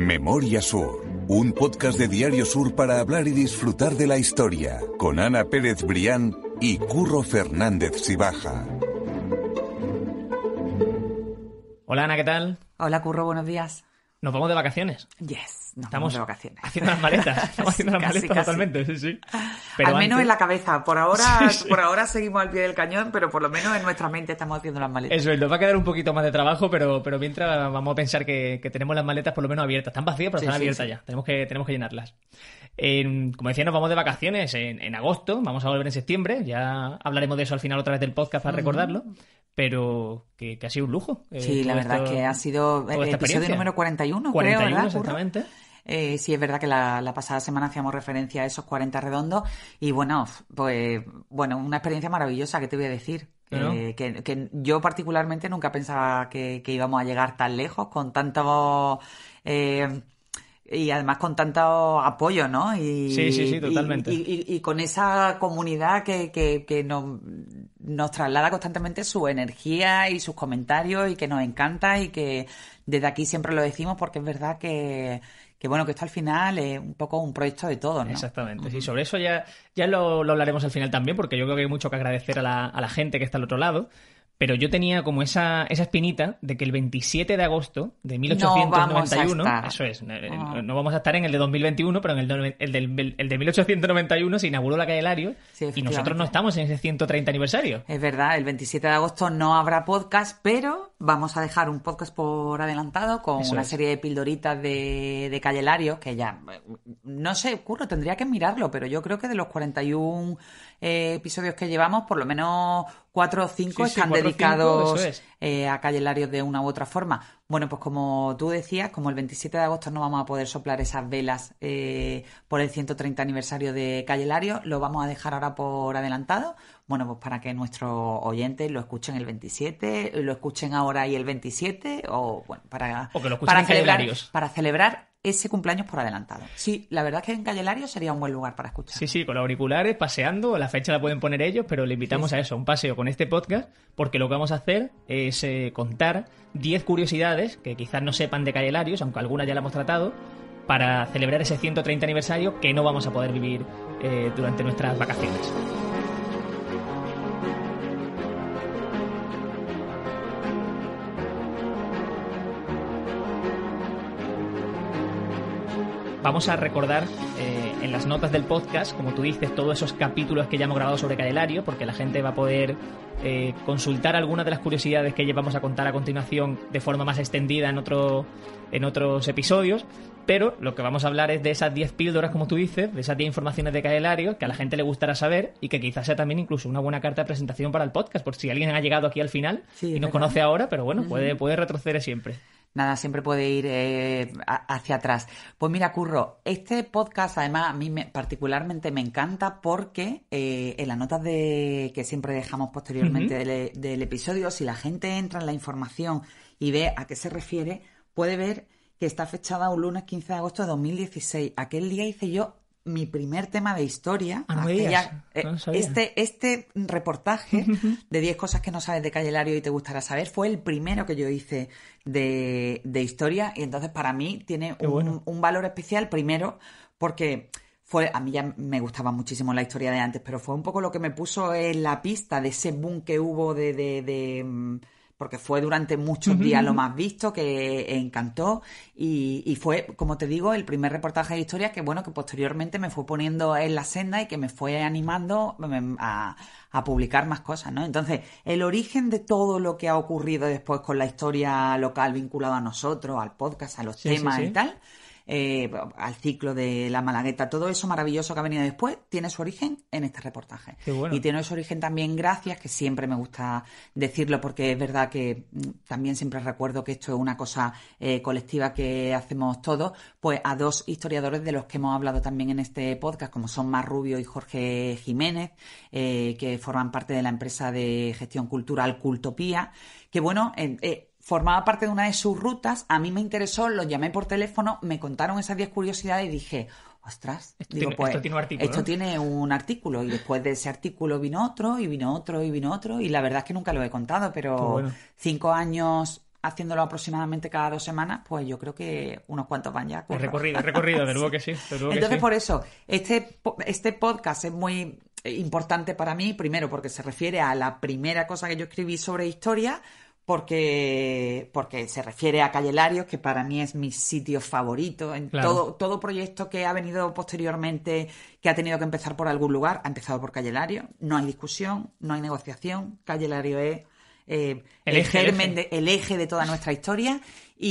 Memoria Sur, un podcast de Diario Sur para hablar y disfrutar de la historia, con Ana Pérez Brián y Curro Fernández Sibaja. Hola Ana, ¿qué tal? Hola Curro, buenos días. Nos vamos de vacaciones. Yes, nos vamos de vacaciones. Haciendo las maletas. Estamos haciendo las maletas casi. Totalmente, sí. Pero al menos antes... en la cabeza. Por ahora, Sí. por ahora seguimos al pie del cañón, pero por lo menos en nuestra mente estamos haciendo las maletas. Eso es, nos va a quedar un poquito más de trabajo, pero mientras vamos a pensar que tenemos las maletas por lo menos abiertas. Están vacías, pero están abiertas ya. Tenemos que llenarlas. Como decía, nos vamos de vacaciones en agosto. Vamos a volver en septiembre. Ya hablaremos de eso al final otra vez del podcast para recordarlo. Pero que ha sido un lujo. Sí, la verdad es que ha sido el episodio número 41, 41, creo, ¿verdad? Exactamente. Sí, es verdad que la pasada semana hacíamos referencia a esos 40 redondos y bueno, una experiencia maravillosa, ¿qué te voy a decir? Que yo particularmente nunca pensaba que íbamos a llegar tan lejos con tanto... y además con tanto apoyo, ¿no? Sí, totalmente. Y con esa comunidad que nos traslada constantemente su energía y sus comentarios y que nos encanta y que desde aquí siempre lo decimos porque es verdad que esto al final es un poco un proyecto de todos, ¿no? Exactamente, sí, sobre eso ya lo hablaremos al final también, porque yo creo que hay mucho que agradecer a la gente que está al otro lado, pero yo tenía como esa espinita de que el 27 de agosto de 1891, eso es, no vamos a estar en el de 2021, pero en el de 1891 se inauguró la calle Larios y nosotros no estamos en ese 130 aniversario. Es verdad, el 27 de agosto no habrá podcast, pero vamos a dejar un podcast por adelantado con una serie de pildoritas de calle Larios, que ya, no sé, Curro, tendría que mirarlo, pero yo creo que de los 41 episodios que llevamos, por lo menos 4 o 5 están dedicados a calle Larios de una u otra forma. Bueno, pues como tú decías, como el 27 de agosto no vamos a poder soplar esas velas por el 130 aniversario de calle Larios, lo vamos a dejar ahora por adelantado. Bueno, pues para que nuestros oyentes lo escuchen el 27, lo escuchen ahora y el 27, o bueno, o que lo escuchen en Calle Larios. Para celebrar ese cumpleaños por adelantado. Sí, la verdad es que en Calle Larios sería un buen lugar para escuchar. Sí, con los auriculares, paseando, la fecha la pueden poner ellos, pero le invitamos a eso, a un paseo con este podcast, porque lo que vamos a hacer es contar 10 curiosidades que quizás no sepan de Calle Larios, aunque algunas ya la hemos tratado, para celebrar ese 130 aniversario que no vamos a poder vivir durante nuestras vacaciones. Vamos a recordar en las notas del podcast, como tú dices, todos esos capítulos que ya hemos grabado sobre Calle Larios, porque la gente va a poder consultar algunas de las curiosidades que llevamos a contar a continuación de forma más extendida en otros episodios, pero lo que vamos a hablar es de esas 10 píldoras, como tú dices, de esas 10 informaciones de Calle Larios que a la gente le gustará saber y que quizás sea también incluso una buena carta de presentación para el podcast, por si alguien ha llegado aquí al final y nos conoce ahora, pero bueno, puede retroceder siempre. Nada, siempre puede ir hacia atrás. Pues mira, Curro, este podcast además a mí particularmente me encanta porque en las notas que siempre dejamos posteriormente del episodio, si la gente entra en la información y ve a qué se refiere, puede ver que está fechada un lunes 15 de agosto de 2016. Aquel día hice yo mi primer tema de historia. No sabía. Este reportaje de 10 cosas que no sabes de Calle Larios y te gustará saber fue el primero que yo hice de historia y entonces para mí tiene un valor especial, primero porque a mí ya me gustaba muchísimo la historia de antes, pero fue un poco lo que me puso en la pista de ese boom que hubo porque fue durante muchos días lo más visto, que encantó y fue, como te digo, el primer reportaje de historia que posteriormente me fue poniendo en la senda y que me fue animando a publicar más cosas, ¿no? Entonces, el origen de todo lo que ha ocurrido después con la historia local vinculada a nosotros, al podcast, a los temas y tal, al ciclo de la Malagueta, todo eso maravilloso que ha venido después tiene su origen en este reportaje. Qué bueno. Y tiene su origen también gracias, que siempre me gusta decirlo porque es verdad que también siempre recuerdo que esto es una cosa colectiva que hacemos todos, pues a 2 historiadores de los que hemos hablado también en este podcast, como son Mar Rubio y Jorge Jiménez, que forman parte de la empresa de gestión cultural Cultopía, que formaba parte de una de sus rutas, a mí me interesó, los llamé por teléfono, me contaron esas 10 curiosidades y dije, ostras, esto tiene un artículo, esto tiene un artículo, y después de ese artículo vino otro, y vino otro, y vino otro, y la verdad es que nunca lo he contado, pero 5 años haciéndolo aproximadamente cada 2 semanas, pues yo creo que unos cuantos van ya. Recorrido, de luego que sí. Entonces, por eso, este podcast es muy importante para mí, primero porque se refiere a la primera cosa que yo escribí sobre historia, porque se refiere a Calle Larios, que para mí es mi sitio favorito. En claro. todo proyecto que ha venido posteriormente, que ha tenido que empezar por algún lugar, ha empezado por Calle Larios. No hay discusión, no hay negociación. Calle Larios es el eje de toda nuestra historia.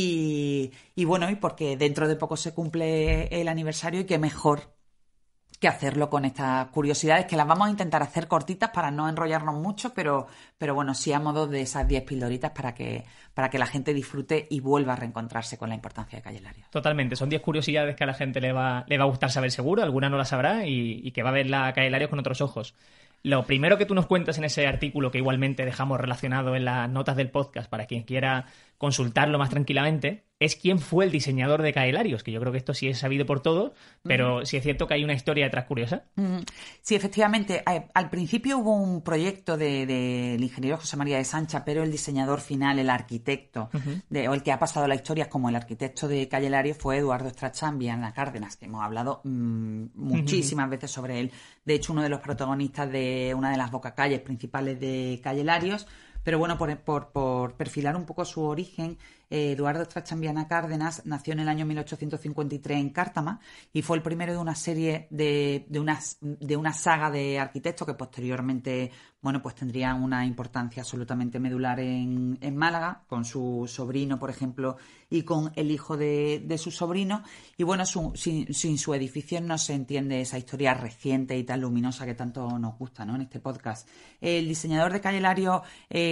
Y bueno, y porque dentro de poco se cumple el aniversario, y qué mejor que hacerlo con estas curiosidades, que las vamos a intentar hacer cortitas para no enrollarnos mucho, pero bueno, sí a modo de esas 10 pildoritas para que la gente disfrute y vuelva a reencontrarse con la importancia de Calle Larios. Totalmente, son 10 curiosidades que a la gente le va a gustar saber seguro, alguna no la sabrá y que va a ver la Calle Larios con otros ojos. Lo primero que tú nos cuentas en ese artículo, que igualmente dejamos relacionado en las notas del podcast para quien quiera consultarlo más tranquilamente, es quién fue el diseñador de Calle Larios, que yo creo que esto sí es sabido por todos, pero sí es cierto que hay una historia detrás curiosa. Sí, efectivamente. Al principio hubo un proyecto del ingeniero José María de Sancha, pero el diseñador final, el arquitecto, o el que ha pasado la historia como el arquitecto de Calle Larios, fue Eduardo Strachan Cárdenas, que hemos hablado muchísimas veces sobre él. De hecho, uno de los protagonistas de una de las bocacalles principales de Calle Larios. Pero bueno, por perfilar un poco su origen, Eduardo Strachan Cárdenas nació en el año 1853 en Cártama y fue el primero de una serie de una saga de arquitectos que posteriormente, bueno, pues tendrían una importancia absolutamente medular en Málaga, con su sobrino, por ejemplo, y con el hijo de su sobrino. Y bueno, sin su edificio no se entiende esa historia reciente y tan luminosa que tanto nos gusta, ¿no?, en este podcast. El diseñador de Calle Larios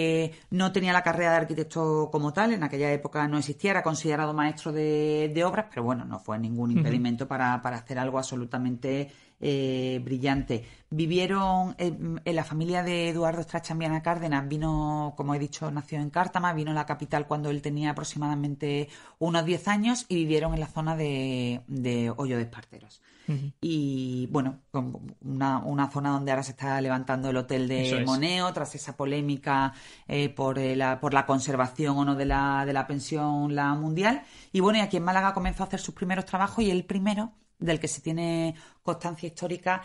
no tenía la carrera de arquitecto como tal, en aquella época no existía, era considerado maestro de obras, pero bueno, no fue ningún impedimento para hacer algo absolutamente brillante. Vivieron en la familia de Eduardo Strachan Cárdenas, vino, como he dicho, nació en Cártama, vino a la capital cuando él tenía aproximadamente unos 10 años y vivieron en la zona de Hoyo de Esparteros. Y bueno, una zona donde ahora se está levantando el hotel de Moneo, tras esa polémica por la conservación o no de la pensión La Mundial. Y bueno, y aquí en Málaga comenzó a hacer sus primeros trabajos, y el primero del que se tiene constancia histórica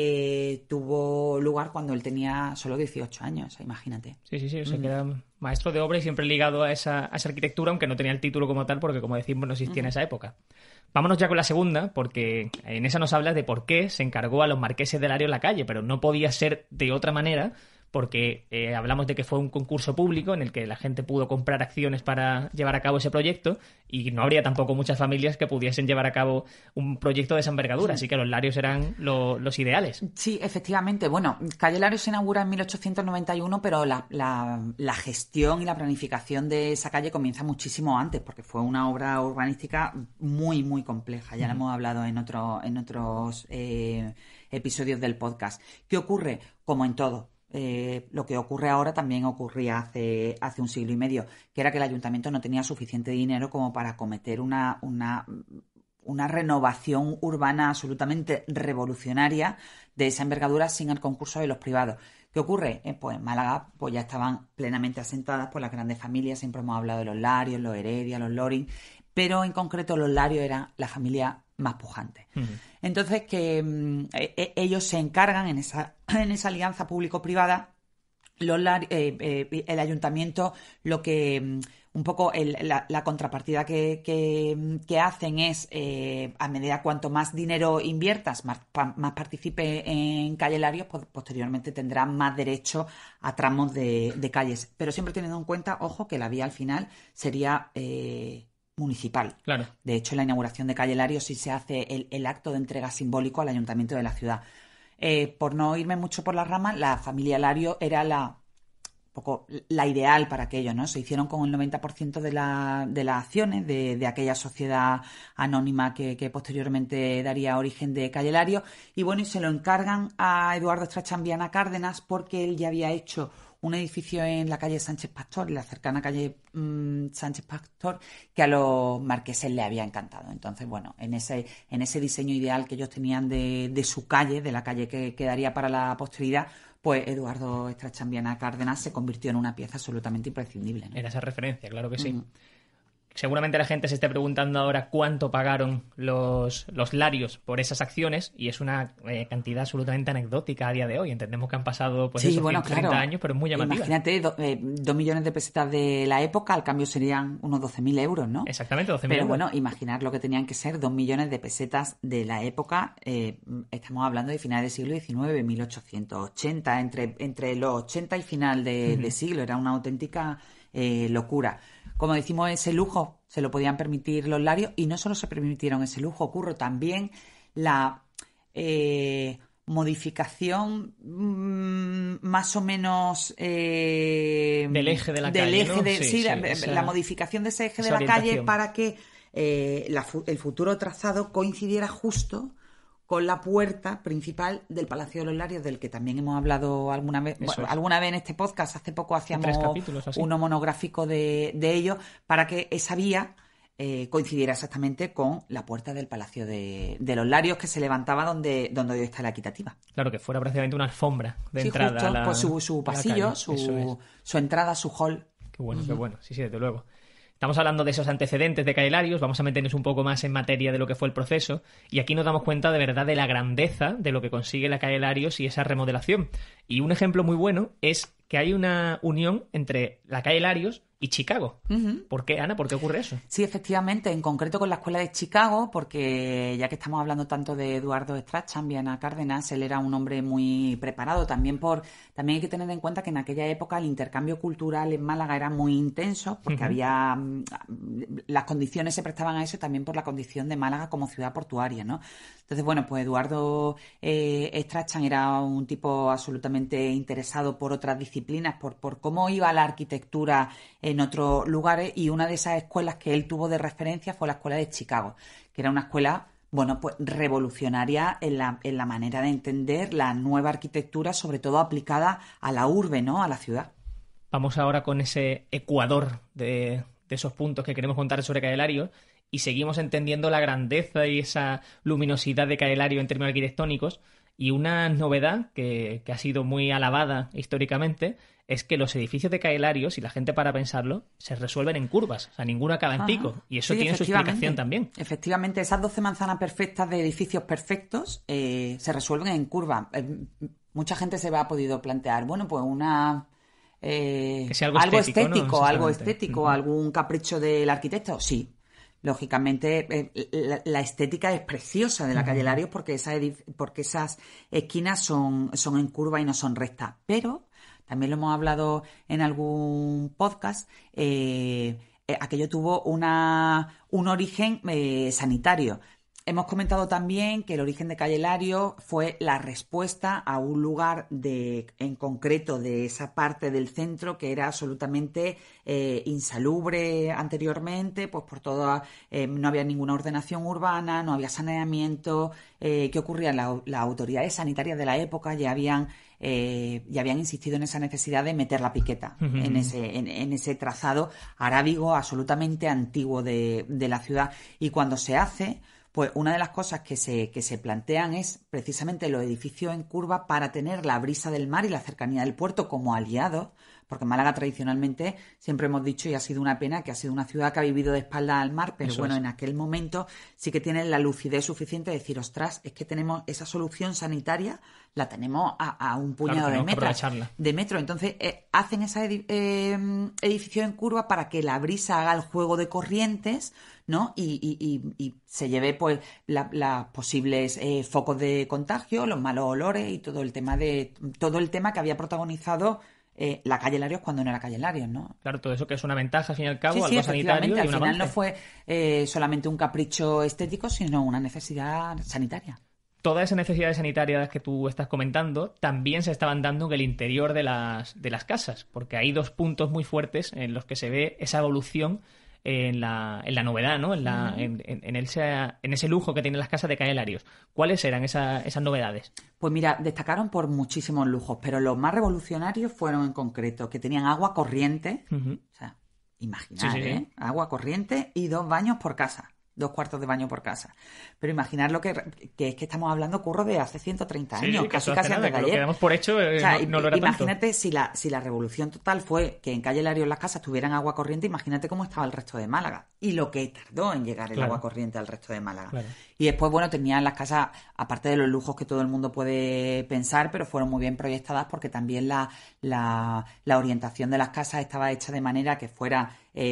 tuvo lugar cuando él tenía solo 18 años, imagínate. Sí, o sea, que era maestro de obra y siempre ligado a esa arquitectura, aunque no tenía el título como tal, porque como decimos no existía en esa época. Vámonos ya con la segunda, porque en esa nos hablas de por qué se encargó a los marqueses de Larios la calle, pero no podía ser de otra manera, porque hablamos de que fue un concurso público en el que la gente pudo comprar acciones para llevar a cabo ese proyecto, y no habría tampoco muchas familias que pudiesen llevar a cabo un proyecto de esa envergadura, así que los Larios eran los ideales. Sí, efectivamente. Bueno, Calle Larios se inaugura en 1891, pero la gestión y la planificación de esa calle comienza muchísimo antes, porque fue una obra urbanística muy, muy compleja. Ya lo hemos hablado en otros episodios del podcast. ¿Qué ocurre? Como en todo. Lo que ocurre ahora también ocurría hace un siglo y medio, que era que el ayuntamiento no tenía suficiente dinero como para acometer una renovación urbana absolutamente revolucionaria de esa envergadura sin el concurso de los privados. ¿Qué ocurre? Pues en Málaga pues ya estaban plenamente asentadas por las grandes familias. Siempre hemos hablado de los Larios, los Heredia, los Loring, pero en concreto los Larios eran la familia más pujante. Entonces, que ellos se encargan en esa alianza público-privada. El ayuntamiento, lo que un poco la contrapartida que hacen es, a medida cuanto más dinero inviertas, más participe en Calle Larios, pues posteriormente tendrás más derecho a tramos de calles. Pero siempre teniendo en cuenta, ojo, que la vía al final sería municipal. Claro. De hecho, en la inauguración de Calle Larios sí se hace el acto de entrega simbólico al ayuntamiento de la ciudad. Por no irme mucho por las ramas, la familia Larios era la ideal para aquello, ¿no? Se hicieron con el 90% de las acciones de aquella sociedad anónima que posteriormente daría origen de Calle Larios. Y bueno, y se lo encargan a Eduardo Strachan Cárdenas, porque él ya había hecho un edificio en la calle Sánchez Pastor, en la cercana calle Sánchez Pastor, que a los marqueses les había encantado. Entonces, bueno, en ese diseño ideal que ellos tenían de su calle, de la calle que quedaría para la posteridad, pues Eduardo Strachan Viana Cárdenas se convirtió en una pieza absolutamente imprescindible, ¿no? Era esa referencia, claro que sí. Seguramente la gente se esté preguntando ahora cuánto pagaron los Larios por esas acciones, y es una cantidad absolutamente anecdótica a día de hoy. Entendemos que han pasado pues, 130 años, pero es muy llamativa. Imagínate, 2 millones de pesetas de la época, al cambio serían unos 12.000 euros, ¿no? Exactamente, 12.000 Pero euros. bueno, imaginar lo que tenían que ser 2 millones de pesetas de la época. Estamos hablando de finales del siglo XIX, 1880, entre los 80 y final de siglo. Era una auténtica locura. Como decimos, ese lujo se lo podían permitir los Larios, y no solo se permitieron ese lujo, Curro, también la modificación más o menos del eje de la calle, eje ¿no? La modificación de ese eje de la calle para que el futuro trazado coincidiera justo con la puerta principal del Palacio de los Larios, del que también hemos hablado alguna vez en este podcast. Hace poco hacíamos uno monográfico de ello, para que esa vía coincidiera exactamente con la puerta del Palacio de los Larios, que se levantaba donde hoy está la Equitativa. Claro, que fuera prácticamente una alfombra de entrada. Justo, a la, pues su pasillo, su entrada, su hall. Qué bueno, qué bueno. Sí, desde luego. Estamos hablando de esos antecedentes de Calle Larios, vamos a meternos un poco más en materia de lo que fue el proceso, y aquí nos damos cuenta de verdad de la grandeza de lo que consigue la Calle Larios y esa remodelación. Y un ejemplo muy bueno es que hay una unión entre la Calle Larios y Chicago. ¿Por qué, Ana? ¿Por qué ocurre eso? Sí, efectivamente, en concreto con la Escuela de Chicago, porque ya que estamos hablando tanto de Eduardo Strachan Viana Cárdenas, él era un hombre muy preparado. También hay que tener en cuenta que en aquella época el intercambio cultural en Málaga era muy intenso, porque había las condiciones se prestaban a eso, también por la condición de Málaga como ciudad portuaria, ¿no? Entonces, bueno, pues Eduardo Strachan era un tipo absolutamente interesado por otras disciplinas, por cómo iba la arquitectura en otros lugares, y una de esas escuelas que él tuvo de referencia fue la Escuela de Chicago, que era una escuela, bueno, pues revolucionaria en la manera de entender la nueva arquitectura, sobre todo aplicada a la urbe, ¿no? A la ciudad. Vamos ahora con ese ecuador de esos puntos que queremos contar sobre Calle Larios, y seguimos entendiendo la grandeza y esa luminosidad de Calle Larios en términos arquitectónicos. Y una novedad que ha sido muy alabada históricamente es que los edificios de Calle Larios, y la gente para pensarlo, se resuelven en curvas, o sea, ninguno acaba en pico, y eso tiene su explicación también. Efectivamente, esas 12 manzanas perfectas de edificios perfectos se resuelven en curva. Mucha gente se ha podido plantear, bueno, pues que sea algo estético, ¿no? Algún capricho del arquitecto. Sí, lógicamente la estética es preciosa de la Calle Larios, porque esas esquinas son en curva y no son rectas. Pero también lo hemos hablado en algún podcast, aquello tuvo un origen sanitario. Hemos comentado también que el origen de Calle Larios fue la respuesta a un lugar en concreto de esa parte del centro que era absolutamente insalubre anteriormente, pues por todo, no había ninguna ordenación urbana, no había saneamiento. ¿Qué ocurría? Las autoridades sanitarias de la época ya habían insistido en esa necesidad de meter la piqueta en ese trazado arábigo absolutamente antiguo de la ciudad. Y cuando se hace, pues una de las cosas que se plantean es precisamente los edificios en curva para tener la brisa del mar y la cercanía del puerto como aliados, porque Málaga tradicionalmente siempre hemos dicho, y ha sido una pena, que ha sido una ciudad que ha vivido de espaldas al mar, pero en aquel momento sí que tienen la lucidez suficiente de decir, ostras, es que tenemos esa solución sanitaria, la tenemos a un puñado de metro. Entonces hacen ese edificio en curva para que la brisa haga el juego de corrientes, ¿no? Y se lleve pues las posibles focos de contagio, los malos olores y todo el tema que había protagonizado la Calle Larios cuando no era Calle Larios, ¿no? Claro, todo eso que es una ventaja, al fin y al cabo, sí, algo sanitario y al un final avance. no fue solamente un capricho estético, sino una necesidad sanitaria. Todas esas necesidades sanitarias que tú estás comentando también se estaban dando en el interior de las casas, porque hay dos puntos muy fuertes en los que se ve esa evolución en la novedad, ¿no? En ese lujo que tienen las casas de Calle Larios. ¿Cuáles eran esas novedades? Pues mira, destacaron por muchísimos lujos, pero los más revolucionarios fueron en concreto que tenían agua corriente, o sea, imaginar, agua corriente y 2 baños por casa. 2 cuartos de baño por casa. Pero imaginar lo que es que estamos hablando, Curro, de hace 130 años, sí, casi antes de ayer. Lo que damos por hecho no lo era imagínate tanto. si la revolución total fue que en Calle Lario las casas tuvieran agua corriente, imagínate cómo estaba el resto de Málaga y lo que tardó en llegar el agua corriente al resto de Málaga. Claro. Y después, bueno, tenían las casas, aparte de los lujos que todo el mundo puede pensar, pero fueron muy bien proyectadas porque también la orientación de las casas estaba hecha de manera que fuera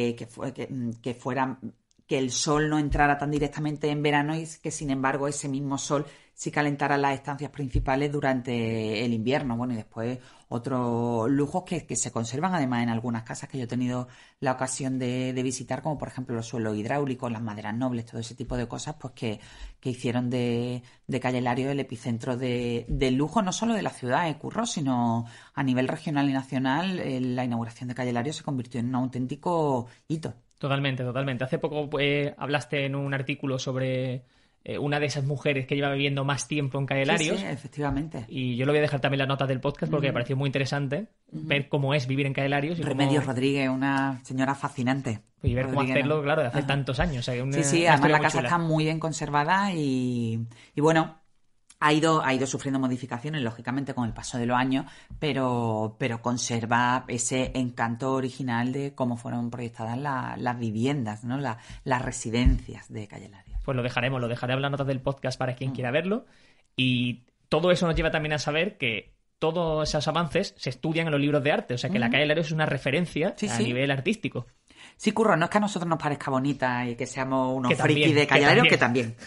que el sol no entrara tan directamente en verano y que, sin embargo, ese mismo sol sí calentara las estancias principales durante el invierno. Bueno, y después otros lujos que se conservan además en algunas casas que yo he tenido la ocasión de visitar, como por ejemplo los suelos hidráulicos, las maderas nobles, todo ese tipo de cosas, pues que hicieron de Calle Lario el epicentro del lujo, no solo de la ciudad de Curro, sino a nivel regional y nacional. La inauguración de Calle Lario se convirtió en un auténtico hito. Totalmente. Hace poco hablaste en un artículo sobre una de esas mujeres que lleva viviendo más tiempo en Calle Larios. Sí, efectivamente. Y yo lo voy a dejar también en las notas del podcast porque me pareció muy interesante ver cómo es vivir en Calle Larios. Remedios Rodríguez, una señora fascinante. Y ver cómo hacerlo, claro, de hace tantos años. O sea, además la casa está muy bien conservada y bueno, ha ido sufriendo modificaciones, lógicamente, con el paso de los años, pero conserva ese encanto original de cómo fueron proyectadas las viviendas, ¿no? Las residencias de Calle Lario. Pues lo dejaré en las notas del podcast para quien quiera verlo. Y todo eso nos lleva también a saber que todos esos avances se estudian en los libros de arte. O sea, que la Calle Lario es una referencia a nivel artístico. Sí, Curro, no es que a nosotros nos parezca bonita y que seamos unos frikis de Calle Lario, que también.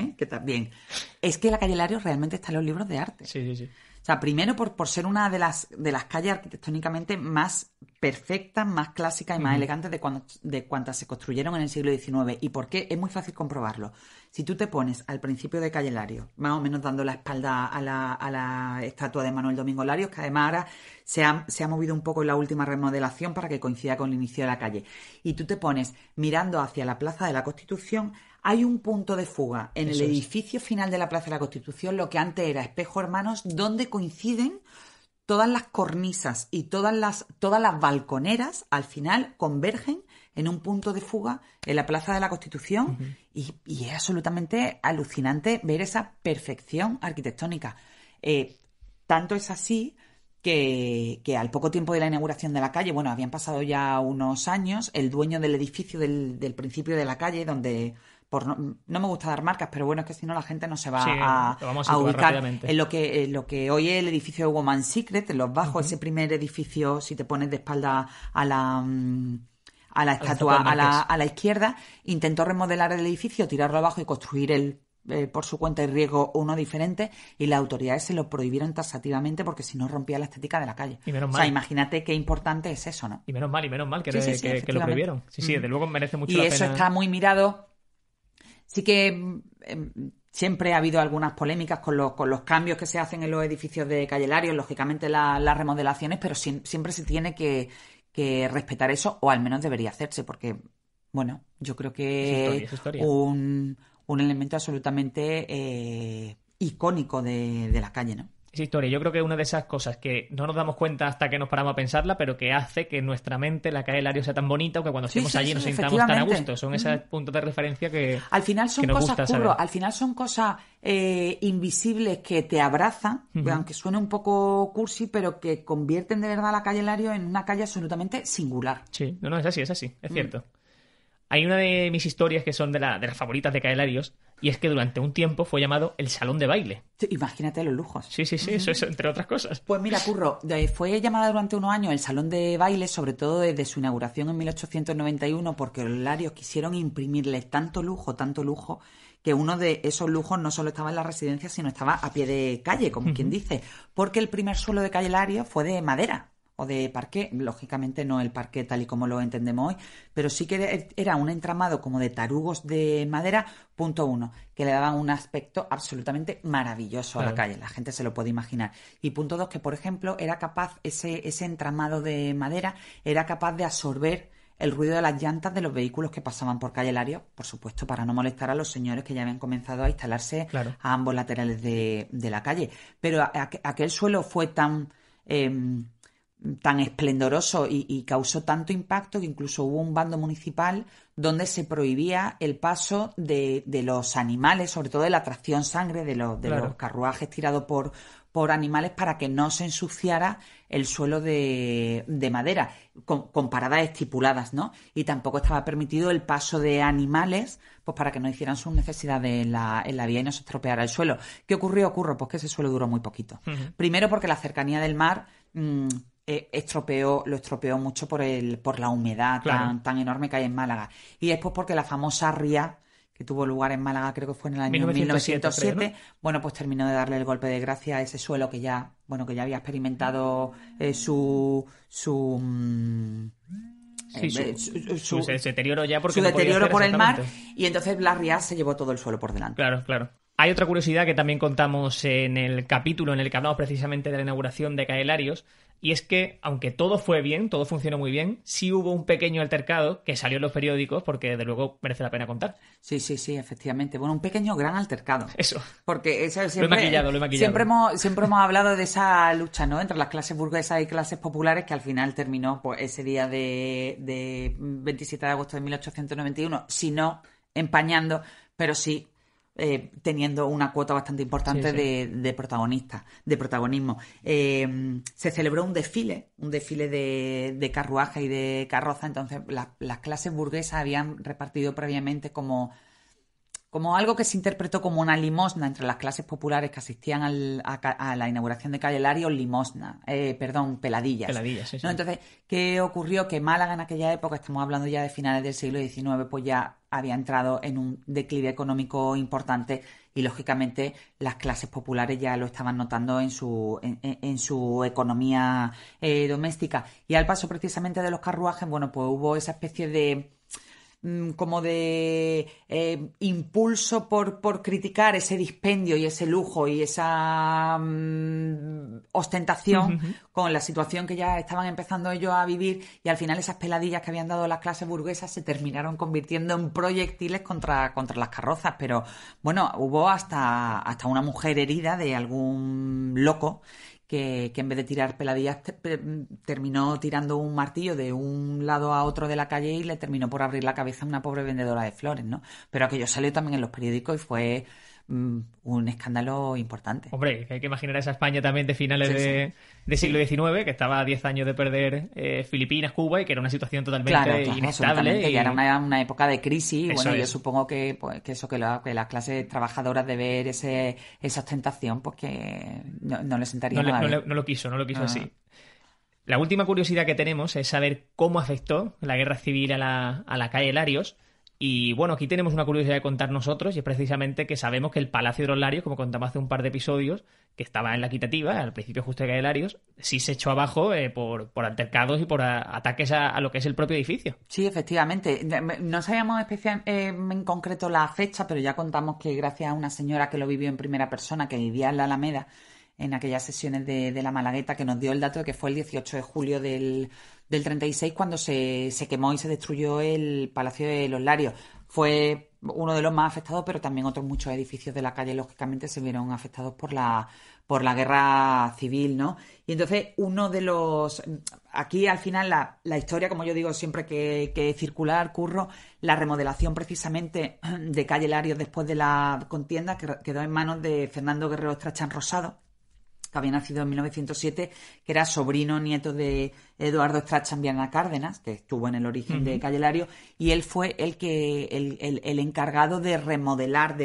Es que la Calle Lario realmente está en los libros de arte. Sí. O sea, primero por ser una de las calles arquitectónicamente más perfectas, más clásicas y más elegantes de cuantas se construyeron en el siglo XIX. ¿Y por qué? Es muy fácil comprobarlo. Si tú te pones al principio de Calle Lario, más o menos dando la espalda a la estatua de Manuel Domingo Larios, que además ahora se ha movido un poco en la última remodelación para que coincida con el inicio de la calle, y tú te pones mirando hacia la Plaza de la Constitución, hay un punto de fuga en el edificio final de la Plaza de la Constitución, lo que antes era Espejo Hermanos, donde coinciden todas las cornisas y todas las balconeras, al final convergen en un punto de fuga en la Plaza de la Constitución. Y es absolutamente alucinante ver esa perfección arquitectónica. Tanto es así que al poco tiempo de la inauguración de la calle, bueno, habían pasado ya unos años, el dueño del edificio del principio de la calle, donde... no me gusta dar marcas, pero bueno, es que si no la gente no se va a ubicar en lo que hoy es el edificio de Woman's Secret, en los bajos, ese primer edificio, si te pones de espalda a la estatua a la izquierda, intentó remodelar el edificio, tirarlo abajo y construir por su cuenta y riesgo uno diferente, y las autoridades se lo prohibieron taxativamente porque si no rompía la estética de la calle. Y menos mal. O sea, imagínate qué importante es eso, ¿no? Y menos mal que lo prohibieron. Sí, desde luego merece mucho la pena. Y eso está muy mirado. Sí que siempre ha habido algunas polémicas con los cambios que se hacen en los edificios de Calle Lario, lógicamente las remodelaciones, pero siempre se tiene que respetar eso, o al menos debería hacerse, porque, bueno, yo creo que es historia. Un elemento absolutamente icónico de la calle, ¿no? Es historia. Yo creo que es una de esas cosas que no nos damos cuenta hasta que nos paramos a pensarla, pero que hace que nuestra mente, la Calle Lario, sea tan bonita, o que cuando estemos allí nos sintamos tan a gusto. Son esos puntos de referencia que al final son que nos cosas, gusta saber. Curro, al final son cosas invisibles que te abrazan, aunque suene un poco cursi, pero que convierten de verdad a la Calle Lario en una calle absolutamente singular. Sí, no, es así, es cierto. Hay una de mis historias que son de las favoritas de Calle Larios, y es que durante un tiempo fue llamado el Salón de Baile. Sí, imagínate los lujos. Sí, eso entre otras cosas. Pues mira, Curro, fue llamada durante unos años el Salón de Baile, sobre todo desde su inauguración en 1891, porque los Larios quisieron imprimirle tanto lujo, que uno de esos lujos no solo estaba en la residencia, sino estaba a pie de calle, como quien dice, porque el primer suelo de Calle Lario fue de madera o de parqué, lógicamente no el parqué tal y como lo entendemos hoy, pero sí que era un entramado como de tarugos de madera, punto uno, que le daban un aspecto absolutamente maravilloso a la calle, la gente se lo puede imaginar. Y punto dos, que por ejemplo era capaz, ese entramado de madera era capaz de absorber el ruido de las llantas de los vehículos que pasaban por Calle Lario, por supuesto, para no molestar a los señores que ya habían comenzado a instalarse a ambos laterales de la calle. Pero aquel suelo fue tan esplendoroso y causó tanto impacto que incluso hubo un bando municipal donde se prohibía el paso de los animales, sobre todo de la tracción sangre, de los carruajes tirados por animales, para que no se ensuciara el suelo de madera, con paradas estipuladas, ¿no? Y tampoco estaba permitido el paso de animales, pues para que no hicieran sus necesidades en la vía y no se estropeara el suelo. ¿Qué ocurrió? Pues que ese suelo duró muy poquito. Uh-huh. Primero porque la cercanía del mar lo estropeó mucho por la humedad tan enorme que hay en Málaga. Y después porque la famosa ría, que tuvo lugar en Málaga, creo que fue en el año 1907, creo, ¿no? Bueno, pues terminó de darle el golpe de gracia a ese suelo que ya había experimentado su deterioro ya, porque su deterioro por el mar, y entonces la ría se llevó todo el suelo por delante. Claro. Hay otra curiosidad que también contamos en el capítulo en el que hablamos precisamente de la inauguración de Calle Larios, y es que, aunque todo fue bien, todo funcionó muy bien, sí hubo un pequeño altercado que salió en los periódicos, porque desde luego merece la pena contar. Sí, efectivamente. Bueno, un pequeño gran altercado. Eso. Porque eso siempre, lo he maquillado. Siempre hemos hablado de esa lucha, ¿no?, entre las clases burguesas y clases populares, que al final terminó pues ese día de 27 de agosto de 1891, si no empañando, pero sí teniendo una cuota bastante importante de protagonismo. Se celebró un desfile de carruaje y de carroza. Entonces las clases burguesas habían repartido previamente como algo que se interpretó como una limosna entre las clases populares que asistían a la inauguración de Calle Larios, peladillas. Peladillas, sí. ¿No? Entonces, ¿qué ocurrió? Que Málaga en aquella época, estamos hablando ya de finales del siglo XIX, pues ya había entrado en un declive económico importante y, lógicamente, las clases populares ya lo estaban notando en su economía doméstica. Y al paso precisamente de los carruajes, bueno, pues hubo esa especie de impulso por criticar ese dispendio y ese lujo y esa ostentación con la situación que ya estaban empezando ellos a vivir, y al final esas peladillas que habían dado las clases burguesas se terminaron convirtiendo en proyectiles contra las carrozas. Pero bueno, hubo hasta una mujer herida de algún loco que en vez de tirar peladillas terminó tirando un martillo de un lado a otro de la calle y le terminó por abrir la cabeza a una pobre vendedora de flores, ¿no? Pero aquello salió también en los periódicos y fue un escándalo importante. Hombre, hay que imaginar a esa España también de finales de siglo XIX, que estaba a 10 años de perder Filipinas, Cuba, y que era una situación totalmente inestable. Y era una época de crisis. Y bueno, yo supongo que las clases trabajadoras, de ver esa ostentación, pues que no le sentaría nada bien. No lo quiso así. La última curiosidad que tenemos es saber cómo afectó la guerra civil a la calle Larios. Y bueno, aquí tenemos una curiosidad de contar nosotros, y es precisamente que sabemos que el Palacio de los Larios, como contamos hace un par de episodios, que estaba en la Equitativa, al principio justo de Calle Larios, sí se echó abajo por altercados y por ataques a lo que es el propio edificio. Sí, efectivamente. No sabíamos en concreto la fecha, pero ya contamos que gracias a una señora que lo vivió en primera persona, que vivía en la Alameda, en aquellas sesiones de la Malagueta, que nos dio el dato de que fue el 18 de julio del 36 cuando se quemó y se destruyó el Palacio de los Larios. Fue uno de los más afectados, pero también otros muchos edificios de la calle, lógicamente, se vieron afectados por la guerra civil, ¿no? Y entonces aquí al final la historia, como yo digo siempre que circular, Curro, la remodelación precisamente de Calle Larios después de la contienda quedó en manos de Fernando Guerrero Strachan Rosado, que había nacido en 1907, que era sobrino nieto de Eduardo Strachan Viana Cárdenas, que estuvo en el origen de Calle Larios, y él fue el encargado de remodelar,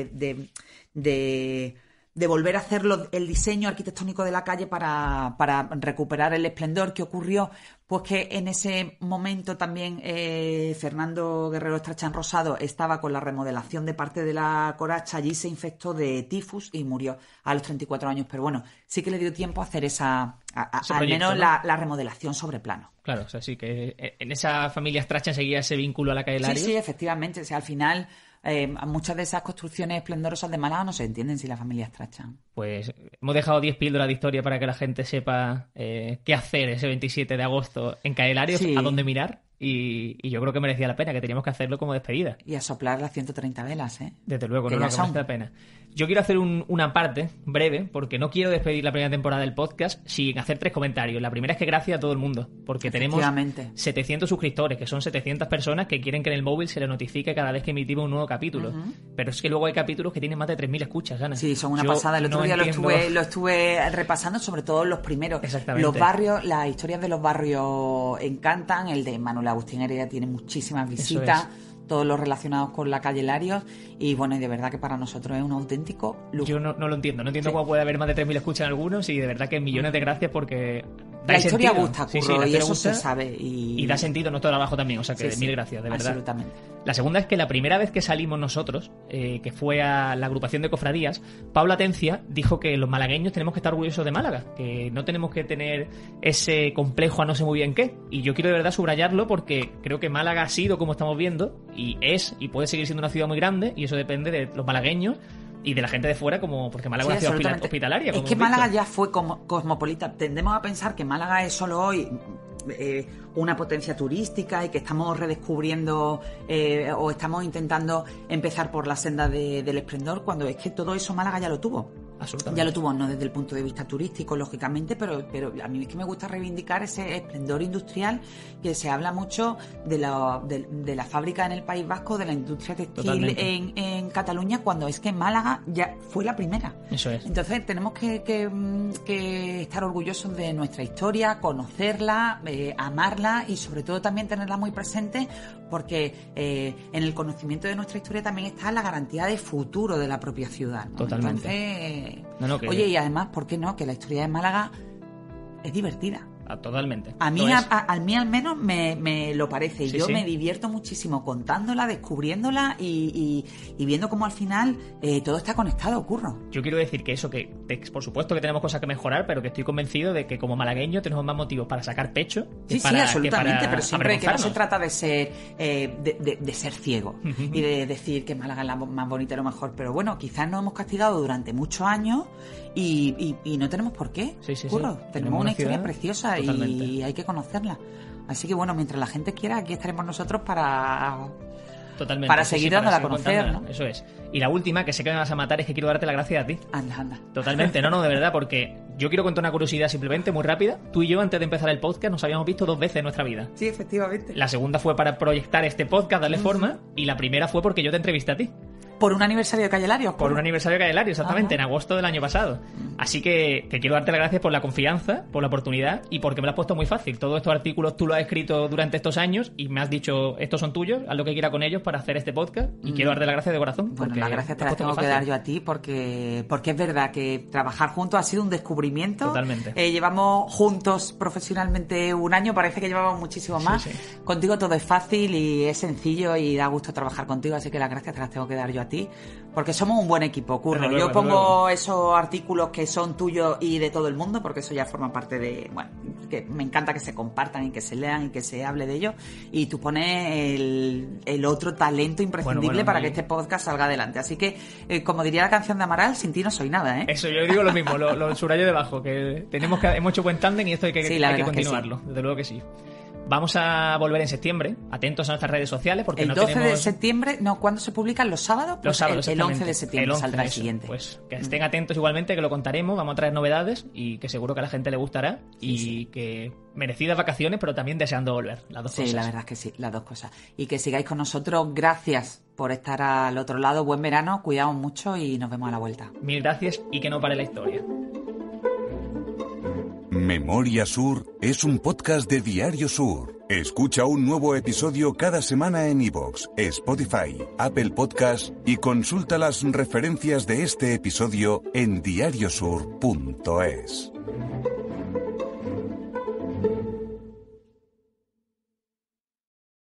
de volver a hacer el diseño arquitectónico de la calle para recuperar el esplendor. ¿Qué ocurrió? Pues que en ese momento también Fernando Guerrero Strachan Rosado estaba con la remodelación de parte de la coracha. Allí se infectó de tifus y murió a los 34 años. Pero bueno, sí que le dio tiempo a hacer al menos, ¿no?, la remodelación sobre plano. Claro, o sea, sí que en esa familia Strachan seguía ese vínculo a la calle Larios. Sí, efectivamente. O sea, al final muchas de esas construcciones esplendorosas de Málaga no se entienden sin la familia Strachan. Pues hemos dejado 10 píldoras de historia para que la gente sepa qué hacer ese 27 de agosto en Calle Larios, a dónde mirar. y yo creo que merecía la pena, que teníamos que hacerlo como despedida. Y a soplar las 130 velas, ¿eh? Desde luego, que no merece la pena. Yo quiero hacer una parte breve, porque no quiero despedir la primera temporada del podcast sin hacer 3 comentarios. La primera es que gracias a todo el mundo, porque tenemos 700 suscriptores, que son 700 personas que quieren que en el móvil se les notifique cada vez que emitimos un nuevo capítulo. Pero es que luego hay capítulos que tienen más de 3.000 escuchas, Ana. Sí, son una pasada. El otro día lo estuve repasando, sobre todo los primeros. Exactamente. Los barrios, las historias de los barrios encantan. El de Manuel Agustín Heredia tiene muchísimas visitas. Todos los relacionados con la calle Larios, y bueno, y de verdad que para nosotros es un auténtico lujo. Yo no lo entiendo, cómo puede haber más de 3.000 escuchas en algunos, y de verdad que millones de gracias porque la historia sentido. Gusta, Curro, y eso se sabe. Y da sentido a nuestro trabajo también, o sea que mil gracias, de verdad. Absolutamente. La segunda es que la primera vez que salimos nosotros, que fue a la agrupación de cofradías, Paula Atencia dijo que los malagueños tenemos que estar orgullosos de Málaga, que no tenemos que tener ese complejo a no sé muy bien qué. Y yo quiero de verdad subrayarlo porque creo que Málaga ha sido, como estamos viendo, y es y puede seguir siendo una ciudad muy grande, y eso depende de los malagueños y de la gente de fuera, como porque Málaga es una ciudad hospitalaria. Es que Málaga ya fue cosmopolita. Tendemos a pensar que Málaga es solo hoy una potencia turística y que estamos redescubriendo o estamos intentando empezar por la senda del esplendor, cuando es que todo eso Málaga ya lo tuvo. Absolutamente. Ya lo tuvo, no desde el punto de vista turístico, lógicamente, pero a mí es que me gusta reivindicar ese esplendor industrial, que se habla mucho de la fábrica en el País Vasco, de la industria textil en Cataluña, cuando es que Málaga ya fue la primera. Eso es. Entonces tenemos que estar orgullosos de nuestra historia, conocerla, amarla y sobre todo también tenerla muy presente, porque en el conocimiento de nuestra historia también está la garantía de futuro de la propia ciudad, ¿no? Totalmente. Entonces, oye, y además, ¿por qué no? Que la historia de Málaga es divertida. Totalmente. A mí al menos me lo parece. Y yo me divierto muchísimo contándola, descubriéndola y viendo cómo al final todo está conectado, Curro. Yo quiero decir que eso, que por supuesto que tenemos cosas que mejorar, pero que estoy convencido de que como malagueños tenemos más motivos para sacar pecho. Sí, absolutamente, pero siempre que no se trata de ser de ser ciego y de decir que Málaga es la más bonita y lo mejor. Pero bueno, quizás nos hemos castigado durante muchos años y no tenemos por qué, Curro. Tenemos una historia preciosa. Totalmente. Y hay que conocerla. Así que bueno, mientras la gente quiera, aquí estaremos nosotros para seguir dándola a conocer, ¿no? Eso es. Y la última, que sé que me vas a matar, es que quiero darte las gracias a ti. Anda. Totalmente, no, de verdad, porque yo quiero contar una curiosidad simplemente muy rápida. Tú y yo, antes de empezar el podcast, nos habíamos visto 2 veces en nuestra vida. Sí, efectivamente. La segunda fue para proyectar este podcast, darle forma, y la primera fue porque yo te entrevisté a ti. Por un aniversario de Calle Larios. Por un aniversario de Calle Larios, exactamente, en agosto del año pasado. Así que quiero darte las gracias por la confianza, por la oportunidad y porque me lo has puesto muy fácil. Todos estos artículos tú los has escrito durante estos años y me has dicho, estos son tuyos, haz lo que quiera con ellos para hacer este podcast, y quiero darte las gracias de corazón. Bueno, las gracias te las tengo que dar yo a ti porque es verdad que trabajar juntos ha sido un descubrimiento. Totalmente. Llevamos juntos profesionalmente un año, parece que llevamos muchísimo más. Sí. Contigo todo es fácil y es sencillo y da gusto trabajar contigo, así que las gracias te las tengo que dar yo a ti. Porque somos un buen equipo, Curro. Yo pongo esos artículos que son tuyos y de todo el mundo, porque eso ya forma parte de... Bueno, que me encanta que se compartan y que se lean y que se hable de ellos. Y tú pones el otro talento imprescindible para que este podcast salga adelante. Así que, como diría la canción de Amaral, sin ti no soy nada, ¿eh? Eso, yo digo lo mismo, lo subrayo debajo, que hemos hecho buen tándem y esto hay que continuarlo. Desde luego que sí. Vamos a volver en septiembre, atentos a nuestras redes sociales, porque el 12 de septiembre, ¿cuándo se publican los sábados? Pues los sábados, el 11 de septiembre saldrá el siguiente. Pues que estén atentos igualmente, que lo contaremos, vamos a traer novedades y que seguro que a la gente le gustará que merecidas vacaciones, pero también deseando volver, las dos cosas. Sí, la verdad es que sí, las dos cosas. Y que sigáis con nosotros, gracias por estar al otro lado, buen verano, cuidaos mucho y nos vemos a la vuelta. Mil gracias y que no pare la historia. Memoria Sur es un podcast de Diario Sur. Escucha un nuevo episodio cada semana en iVoox, Spotify, Apple Podcasts y consulta las referencias de este episodio en diariosur.es.